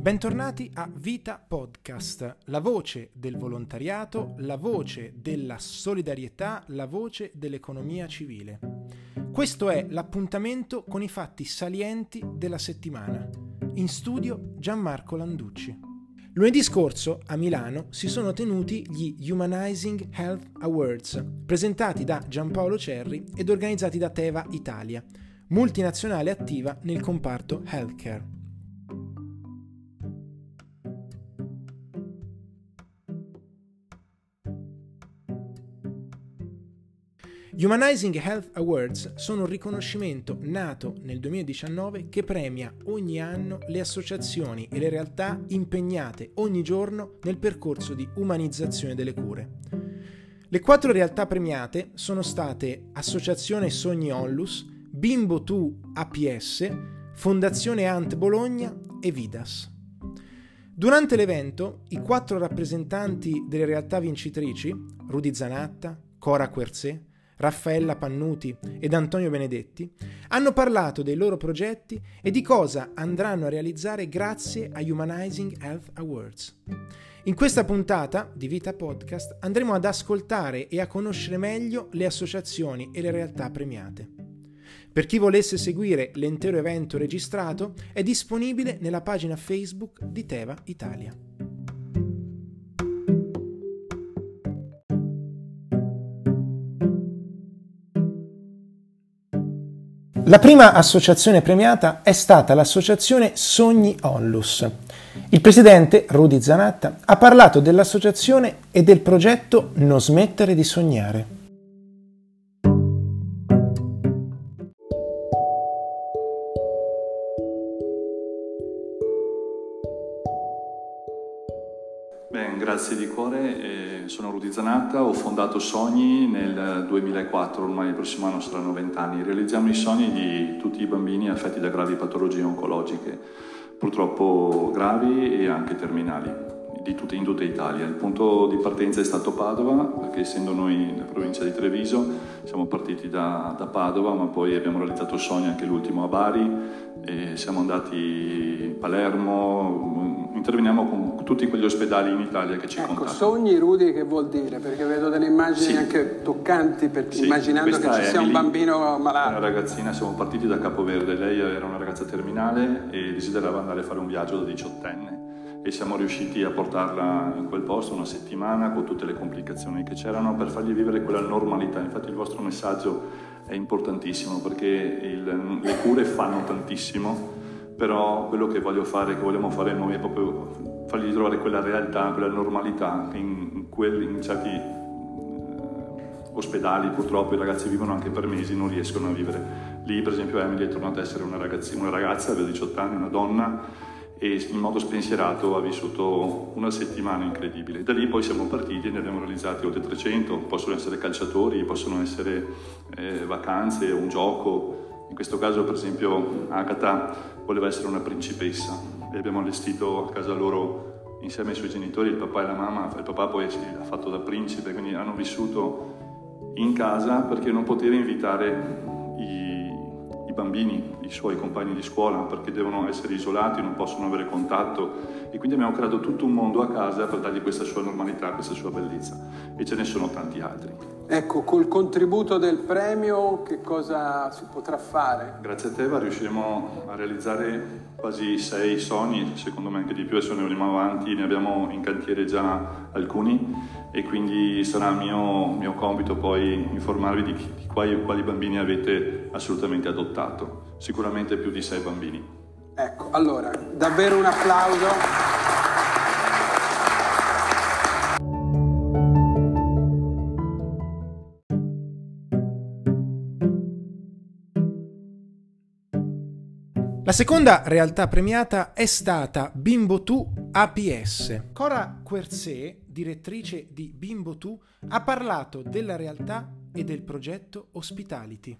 Bentornati a Vita Podcast, la voce del volontariato, la voce della solidarietà, la voce dell'economia civile. Questo è l'appuntamento con i fatti salienti della settimana. In studio Gianmarco Landucci. Lunedì scorso a Milano si sono tenuti gli Humanizing Health Awards, presentati da Giampaolo Cerri ed organizzati da Teva Italia, multinazionale attiva nel comparto healthcare. Humanizing Health Awards sono un riconoscimento nato nel 2019 che premia ogni anno le associazioni e le realtà impegnate ogni giorno nel percorso di umanizzazione delle cure. Le 4 realtà premiate sono state Associazione Sogni Onlus, Bimbo Tu APS, Fondazione Ant Bologna e Vidas. Durante l'evento, i 4 rappresentanti delle realtà vincitrici, Rudy Zanatta, Cora Querzé, Raffaella Pannuti ed Antonio Benedetti, hanno parlato dei loro progetti e di cosa andranno a realizzare grazie a Humanizing Health Awards. In questa puntata di Vita Podcast andremo ad ascoltare e a conoscere meglio le associazioni e le realtà premiate. Per chi volesse seguire l'intero evento registrato, è disponibile nella pagina Facebook di Teva Italia. La prima associazione premiata è stata l'associazione Sogni Onlus. Il presidente, Rudy Zanatta, ha parlato dell'associazione e del progetto Non smettere di sognare. Grazie di cuore, sono Rudy Zanatta, ho fondato Sogni nel 2004, ormai il prossimo anno saranno 20 anni. Realizziamo i sogni di tutti i bambini affetti da gravi patologie oncologiche, purtroppo gravi e anche terminali, in tutta Italia. Il punto di partenza è stato Padova, perché essendo noi nella provincia di Treviso siamo partiti da Padova, ma poi abbiamo realizzato Sogni anche l'ultimo a Bari, e siamo andati a Palermo, interveniamo con tutti quegli ospedali in Italia che ci contattano. Sogni, Rudy, che vuol dire? Perché vedo delle immagini anche toccanti, immaginando che ci sia un bambino malato. Una ragazzina, siamo partiti da Capoverde, lei era una ragazza terminale e desiderava andare a fare un viaggio da 18enne e siamo riusciti a portarla in quel posto una settimana con tutte le complicazioni che c'erano per fargli vivere quella normalità. Infatti il vostro messaggio è importantissimo perché le cure fanno tantissimo, però quello che vogliamo fare noi è proprio fargli trovare quella realtà, quella normalità che in certi ospedali purtroppo i ragazzi vivono anche per mesi, non riescono a vivere. Lì per esempio Emily è tornata a essere una ragazza, aveva 18 anni, una donna, e in modo spensierato ha vissuto una settimana incredibile. Da lì poi siamo partiti e ne abbiamo realizzati oltre 300, possono essere calciatori, possono essere vacanze, un gioco. In questo caso per esempio Agatha voleva essere una principessa e abbiamo allestito a casa loro insieme ai suoi genitori, il papà e la mamma. Il papà poi si ha fatto da principe, quindi hanno vissuto in casa perché non poteva invitare i bambini, i suoi compagni di scuola, perché devono essere isolati, non possono avere contatto, e quindi abbiamo creato tutto un mondo a casa per dargli questa sua normalità, questa sua bellezza, e ce ne sono tanti altri. Ecco, col contributo del premio che cosa si potrà fare? Grazie a Teva riusciremo a realizzare quasi 6 sogni, secondo me anche di più, adesso ne andiamo avanti, ne abbiamo in cantiere già alcuni, e quindi sarà mio compito poi informarvi di quali bambini avete assolutamente adottato, sicuramente più di 6 bambini. Ecco, allora, davvero un applauso. La seconda realtà premiata è stata Bimbo Tu APS. Cora Querzé, direttrice di Bimbo Tu, ha parlato della realtà e del progetto Hospitality.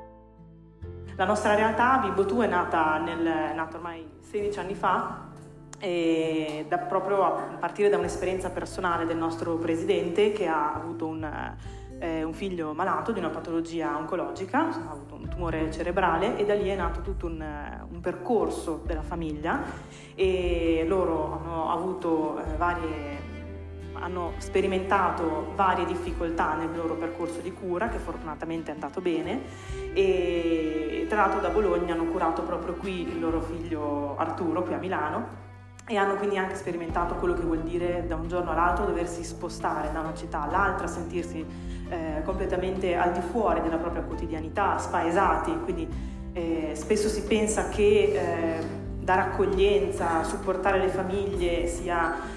La nostra realtà, Bimbo Tu, è nata ormai 16 anni fa e proprio a partire da un'esperienza personale del nostro presidente, che ha avuto un figlio malato di una patologia oncologica, ha avuto un tumore cerebrale, e da lì è nato tutto un percorso della famiglia, e loro hanno avuto hanno sperimentato varie difficoltà nel loro percorso di cura, che fortunatamente è andato bene, e tra l'altro da Bologna hanno curato proprio qui il loro figlio Arturo, qui a Milano, e hanno quindi anche sperimentato quello che vuol dire da un giorno all'altro doversi spostare da una città all'altra, sentirsi completamente al di fuori della propria quotidianità, spaesati. Quindi spesso si pensa che dare accoglienza, supportare le famiglie sia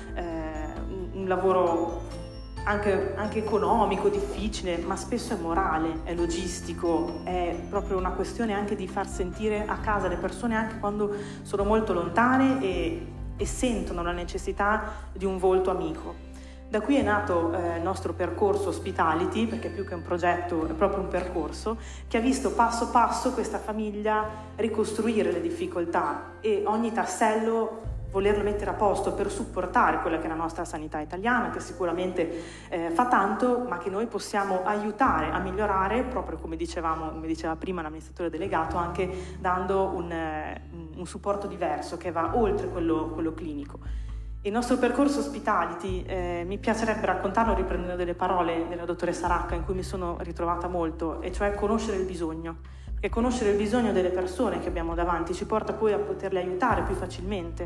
un lavoro anche economico, difficile, ma spesso è morale, è logistico, è proprio una questione anche di far sentire a casa le persone anche quando sono molto lontane e sentono la necessità di un volto amico. Da qui è nato il nostro percorso Hospitality, perché più che un progetto è proprio un percorso che ha visto passo passo questa famiglia ricostruire le difficoltà e ogni tassello volerlo mettere a posto per supportare quella che è la nostra sanità italiana, che sicuramente fa tanto, ma che noi possiamo aiutare a migliorare, proprio come diceva prima l'amministratore delegato, anche dando un supporto diverso che va oltre quello clinico. Il nostro percorso Hospitality, mi piacerebbe raccontarlo riprendendo delle parole della dottoressa Racca in cui mi sono ritrovata molto, e cioè conoscere il bisogno. Perché conoscere il bisogno delle persone che abbiamo davanti ci porta poi a poterle aiutare più facilmente,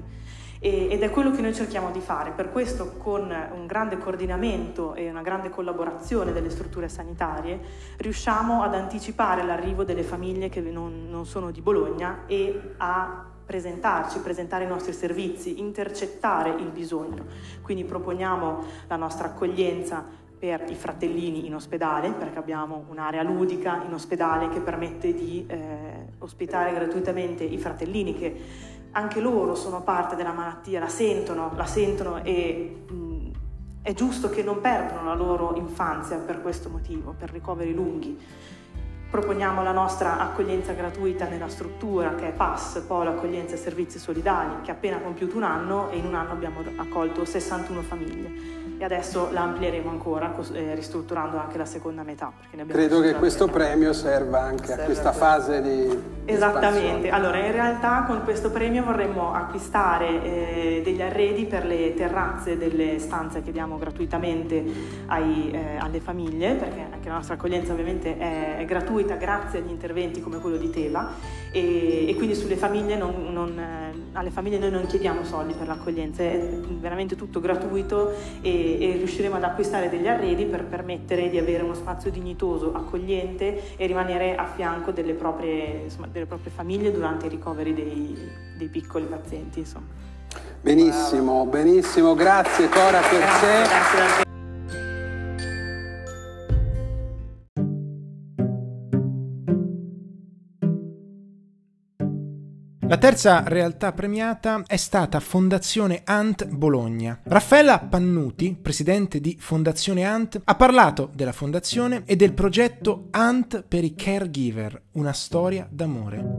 ed è quello che noi cerchiamo di fare. Per questo, con un grande coordinamento e una grande collaborazione delle strutture sanitarie, riusciamo ad anticipare l'arrivo delle famiglie che non sono di Bologna e a presentare i nostri servizi, intercettare il bisogno. Quindi proponiamo la nostra accoglienza per i fratellini in ospedale, perché abbiamo un'area ludica in ospedale che permette di ospitare gratuitamente i fratellini, che anche loro sono parte della malattia, la sentono e è giusto che non perdano la loro infanzia per questo motivo, per ricoveri lunghi. Proponiamo la nostra accoglienza gratuita nella struttura, che è PAS, Polo Accoglienza e Servizi Solidali, che ha appena compiuto un anno, e in un anno abbiamo accolto 61 famiglie. E adesso la amplieremo ancora, ristrutturando anche la seconda metà. Credo che questo premio serva anche a questa fase di Esattamente. espansione. Allora, in realtà con questo premio vorremmo acquistare degli arredi per le terrazze delle stanze che diamo gratuitamente alle famiglie, perché anche la nostra accoglienza ovviamente è gratuita grazie agli interventi come quello di Teva, e quindi sulle famiglie alle famiglie noi non chiediamo soldi per l'accoglienza, è veramente tutto gratuito, e riusciremo ad acquistare degli arredi per permettere di avere uno spazio dignitoso, accogliente, e rimanere a fianco delle proprie famiglie durante i ricoveri dei piccoli pazienti, insomma. Benissimo, benissimo, grazie Cora Perzè. Grazie. La terza realtà premiata è stata Fondazione ANT Bologna. Raffaella Pannuti, presidente di Fondazione ANT, ha parlato della fondazione e del progetto ANT per i caregiver, una storia d'amore.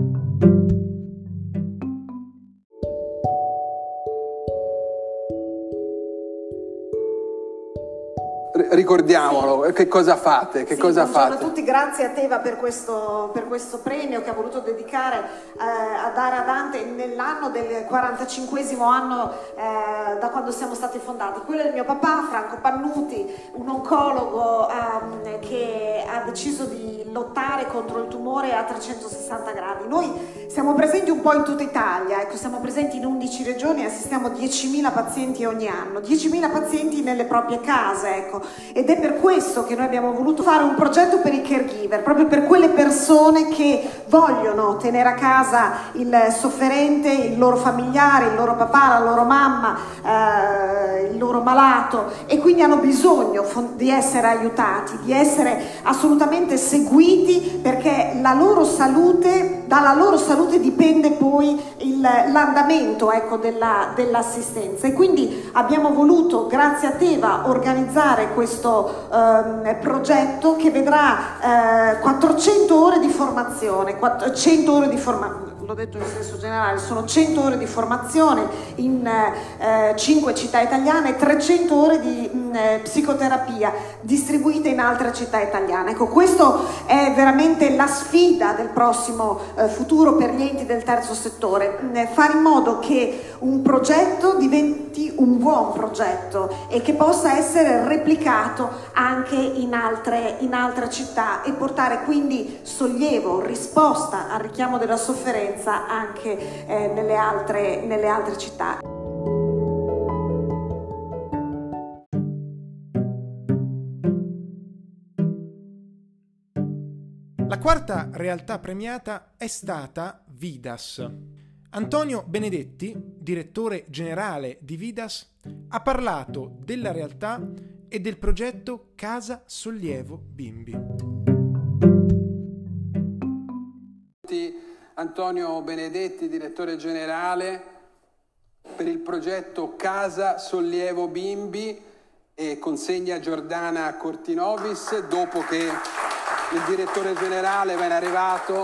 Ricordiamolo, che cosa fate? Buongiorno a tutti, grazie a Teva per questo premio che ha voluto dedicare a dare ad ANT nell'anno del 45esimo anno da quando siamo stati fondati. Quello è il mio papà, Franco Pannuti, un oncologo che ha deciso di lottare contro il tumore a 360 gradi. Noi siamo presenti un po' in tutta Italia, ecco, siamo presenti in 11 regioni e assistiamo 10.000 pazienti ogni anno, 10.000 pazienti nelle proprie case, ecco. Ed è per questo che noi abbiamo voluto fare un progetto per i caregiver, proprio per quelle persone che vogliono tenere a casa il sofferente, il loro familiare, il loro papà, la loro mamma, il loro malato, e quindi hanno bisogno di essere aiutati, di essere assolutamente seguiti, perché dalla loro salute dipende poi l'andamento, ecco, dell'assistenza. E quindi abbiamo voluto, grazie a Teva, organizzare questo progetto che vedrà 400 ore di formazione, l'ho detto in senso generale, sono 100 ore di formazione in 5 città italiane, 300 ore di psicoterapia distribuite in altre città italiane. Ecco, questo è veramente la sfida del prossimo futuro per gli enti del terzo settore, fare in modo che un progetto diventi un buon progetto e che possa essere replicato anche in altre città e portare quindi sollievo, risposta al richiamo della sofferenza anche nelle altre città. La quarta realtà premiata è stata Vidas. Antonio Benedetti, direttore generale di Vidas, ha parlato della realtà e del progetto Casa Sollievo Bimbi. Antonio Benedetti, direttore generale per il progetto Casa Sollievo Bimbi, e consegna Giordana Cortinovis dopo che il direttore generale ben arrivato,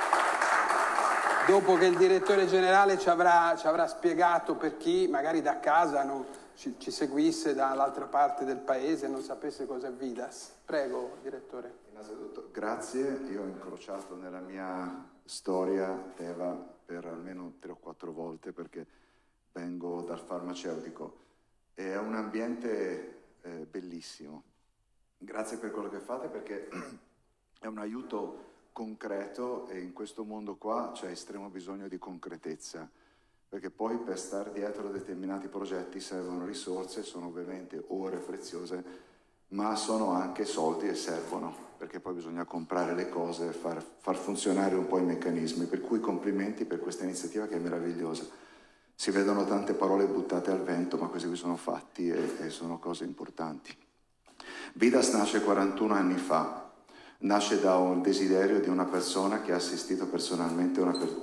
dopo che il direttore generale ci avrà spiegato, per chi magari da casa non ci seguisse dall'altra parte del paese e non sapesse cos'è Vidas. Prego, direttore. Innanzitutto grazie, io ho incrociato nella mia storia Teva per almeno 3 o 4 volte perché vengo dal farmaceutico e è un ambiente bellissimo. Grazie per quello che fate perché è un aiuto concreto e in questo mondo qua c'è estremo bisogno di concretezza, perché poi per stare dietro a determinati progetti servono risorse, sono ovviamente ore preziose, ma sono anche soldi e servono, perché poi bisogna comprare le cose e far funzionare un po' i meccanismi, per cui complimenti per questa iniziativa che è meravigliosa. Si vedono tante parole buttate al vento, ma questi qui sono fatti e sono cose importanti. Vidas nasce 41 anni fa. Nasce da un desiderio di una persona che ha assistito personalmente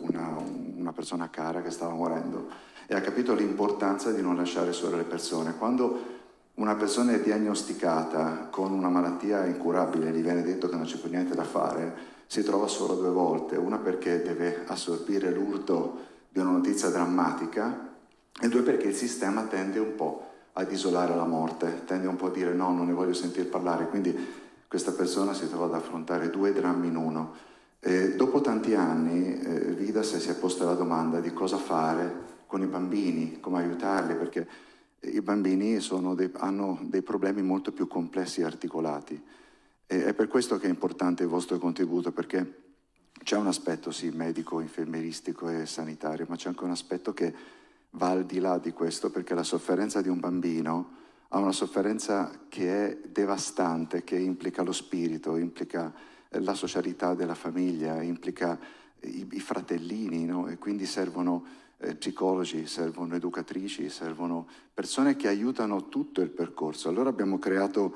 una persona cara che stava morendo e ha capito l'importanza di non lasciare sole le persone. Quando una persona è diagnosticata con una malattia incurabile, gli viene detto che non c'è più niente da fare, si trova solo 2 volte, una perché deve assorbire l'urto di una notizia drammatica e 2 perché il sistema tende un po' ad isolare la morte, tende un po' a dire no, non ne voglio sentire parlare, quindi questa persona si trova ad affrontare 2 drammi in uno. Dopo tanti anni Vidas si è posta la domanda di cosa fare con i bambini, come aiutarli, perché i bambini hanno dei problemi molto più complessi e articolati. È per questo che è importante il vostro contributo, perché c'è un aspetto sì medico, infermieristico e sanitario, ma c'è anche un aspetto che va al di là di questo, perché la sofferenza di un bambino ha una sofferenza che è devastante, che implica lo spirito, implica la socialità della famiglia, implica i fratellini, no? E quindi servono psicologi, servono educatrici, servono persone che aiutano tutto il percorso. Allora abbiamo creato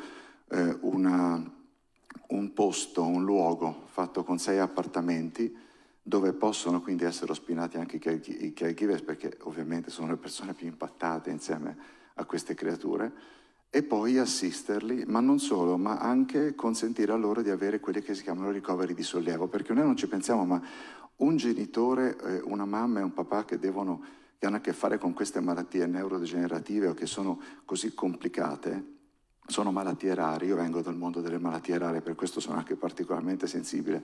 un posto, un luogo fatto con 6 appartamenti dove possono quindi essere ospitati anche i caregivers, perché ovviamente sono le persone più impattate insieme a queste creature, e poi assisterli, ma non solo, ma anche consentire a loro di avere quelli che si chiamano ricoveri di sollievo, perché noi non ci pensiamo, ma un genitore, una mamma e un papà che hanno a che fare con queste malattie neurodegenerative o che sono così complicate, sono malattie rare. Io vengo dal mondo delle malattie rare, per questo sono anche particolarmente sensibile.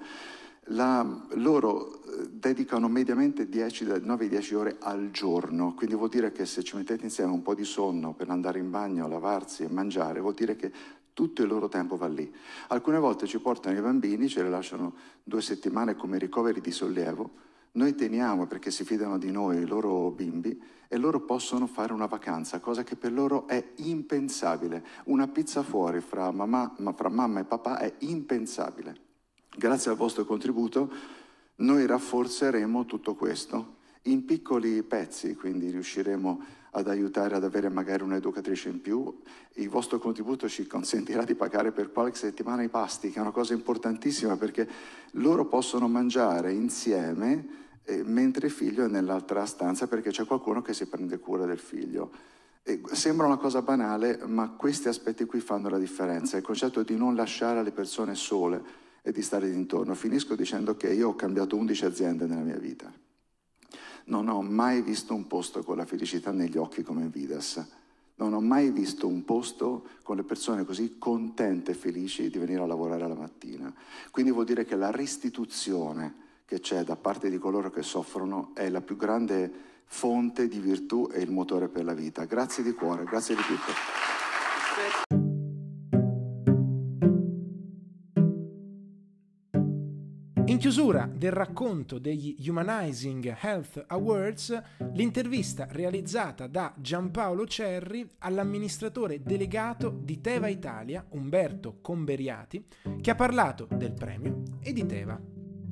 Loro dedicano mediamente 9-10 ore al giorno, quindi vuol dire che se ci mettete insieme un po' di sonno per andare in bagno, lavarsi e mangiare, vuol dire che tutto il loro tempo va lì. Alcune volte ci portano i bambini, ce li lasciano 2 settimane come ricoveri di sollievo, noi teniamo perché si fidano di noi i loro bimbi e loro possono fare una vacanza, cosa che per loro è impensabile. Una pizza fuori fra mamma e papà è impensabile. Grazie al vostro contributo noi rafforzeremo tutto questo in piccoli pezzi, quindi riusciremo ad aiutare ad avere magari un'educatrice in più. Il vostro contributo ci consentirà di pagare per qualche settimana i pasti, che è una cosa importantissima perché loro possono mangiare insieme mentre il figlio è nell'altra stanza, perché c'è qualcuno che si prende cura del figlio. Sembra una cosa banale, ma questi aspetti qui fanno la differenza. Il concetto di non lasciare le persone sole e di stare dintorno. Finisco dicendo che io ho cambiato 11 aziende nella mia vita. Non ho mai visto un posto con la felicità negli occhi come Vidas. Non ho mai visto un posto con le persone così contente e felici di venire a lavorare la mattina. Quindi vuol dire che la restituzione che c'è da parte di coloro che soffrono è la più grande fonte di virtù e il motore per la vita. Grazie di cuore, grazie di tutto. In chiusura del racconto degli Humanizing Health Awards, l'intervista realizzata da Giampaolo Cerri all'amministratore delegato di Teva Italia, Umberto Comberiati, che ha parlato del premio e di Teva.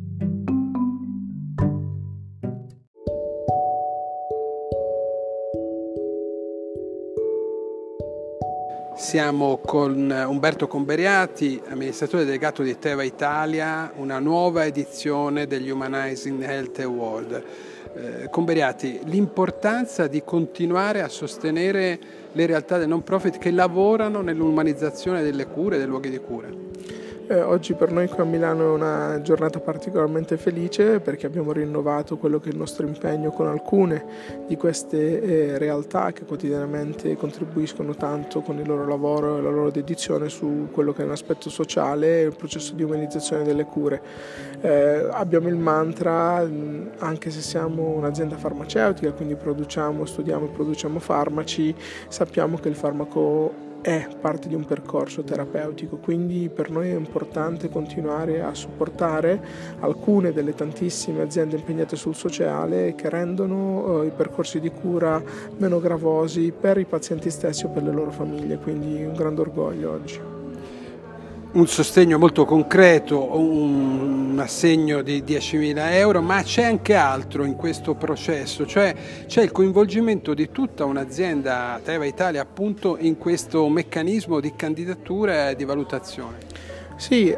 Siamo con Umberto Comberiati, amministratore delegato di Teva Italia, una nuova edizione degli Humanizing Health Award. Comberiati, l'importanza di continuare a sostenere le realtà del non profit che lavorano nell'umanizzazione delle cure, dei luoghi di cura. Oggi per noi qui a Milano è una giornata particolarmente felice perché abbiamo rinnovato quello che è il nostro impegno con alcune di queste realtà che quotidianamente contribuiscono tanto con il loro lavoro e la loro dedizione su quello che è un aspetto sociale e il processo di umanizzazione delle cure. Abbiamo il mantra, anche se siamo un'azienda farmaceutica, quindi studiamo e produciamo farmaci, sappiamo che il farmaco è parte di un percorso terapeutico, quindi per noi è importante continuare a supportare alcune delle tantissime aziende impegnate sul sociale che rendono i percorsi di cura meno gravosi per i pazienti stessi o per le loro famiglie, quindi un grande orgoglio oggi. Un sostegno molto concreto, un assegno di 10.000 euro, ma c'è anche altro in questo processo, cioè c'è il coinvolgimento di tutta un'azienda, Teva Italia appunto, in questo meccanismo di candidatura e di valutazione. Sì,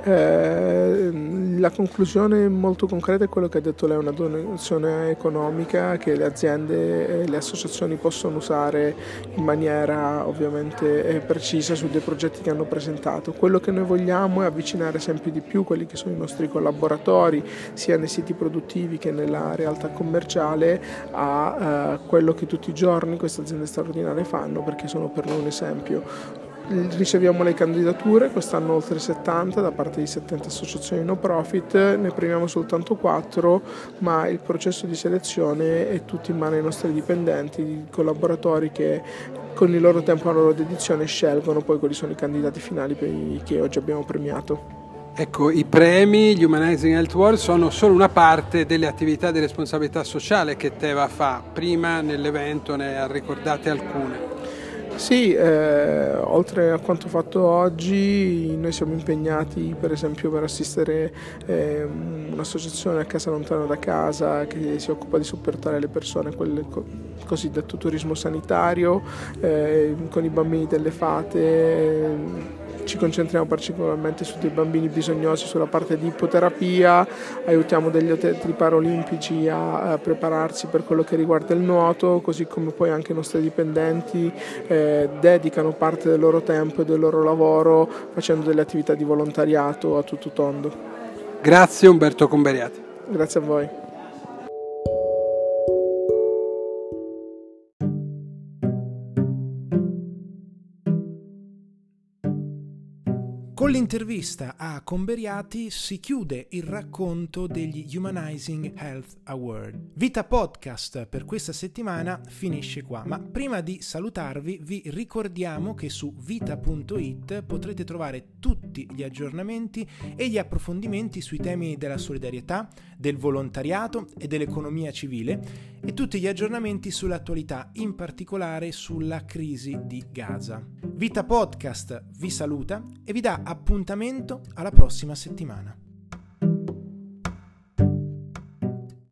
la conclusione molto concreta è quello che ha detto lei, una donazione economica che le aziende e le associazioni possono usare in maniera ovviamente precisa su dei progetti che hanno presentato. Quello che noi vogliamo è avvicinare sempre di più quelli che sono i nostri collaboratori, sia nei siti produttivi che nella realtà commerciale, a quello che tutti i giorni queste aziende straordinarie fanno, perché sono per noi un esempio. Riceviamo le candidature, quest'anno oltre 70 da parte di 70 associazioni no profit, ne premiamo soltanto 4, ma il processo di selezione è tutto in mano ai nostri dipendenti, i collaboratori che con il loro tempo e la loro dedizione scelgono poi quali sono i candidati finali che oggi abbiamo premiato. Ecco, i premi, gli Humanizing Health Award, sono solo una parte delle attività di responsabilità sociale che Teva fa. Prima nell'evento ne ha ricordate alcune. Sì, oltre a quanto fatto oggi, noi siamo impegnati per esempio per assistere un'associazione a Casa Lontano da Casa che si occupa di supportare le persone, quel cosiddetto turismo sanitario, con i bambini delle fate. Ci concentriamo particolarmente su dei bambini bisognosi, sulla parte di ipoterapia, aiutiamo degli atleti paraolimpici a prepararsi per quello che riguarda il nuoto, così come poi anche i nostri dipendenti dedicano parte del loro tempo e del loro lavoro facendo delle attività di volontariato a tutto tondo. Grazie Umberto Comberiati. Grazie a voi. Con l'intervista a Comberiati si chiude il racconto degli Humanizing Health Award. Vita Podcast per questa settimana finisce qua, ma prima di salutarvi vi ricordiamo che su vita.it potrete trovare tutti gli aggiornamenti e gli approfondimenti sui temi della solidarietà, del volontariato e dell'economia civile e tutti gli aggiornamenti sull'attualità, in particolare sulla crisi di Gaza. Vita Podcast vi saluta e vi dà appuntamento alla prossima settimana.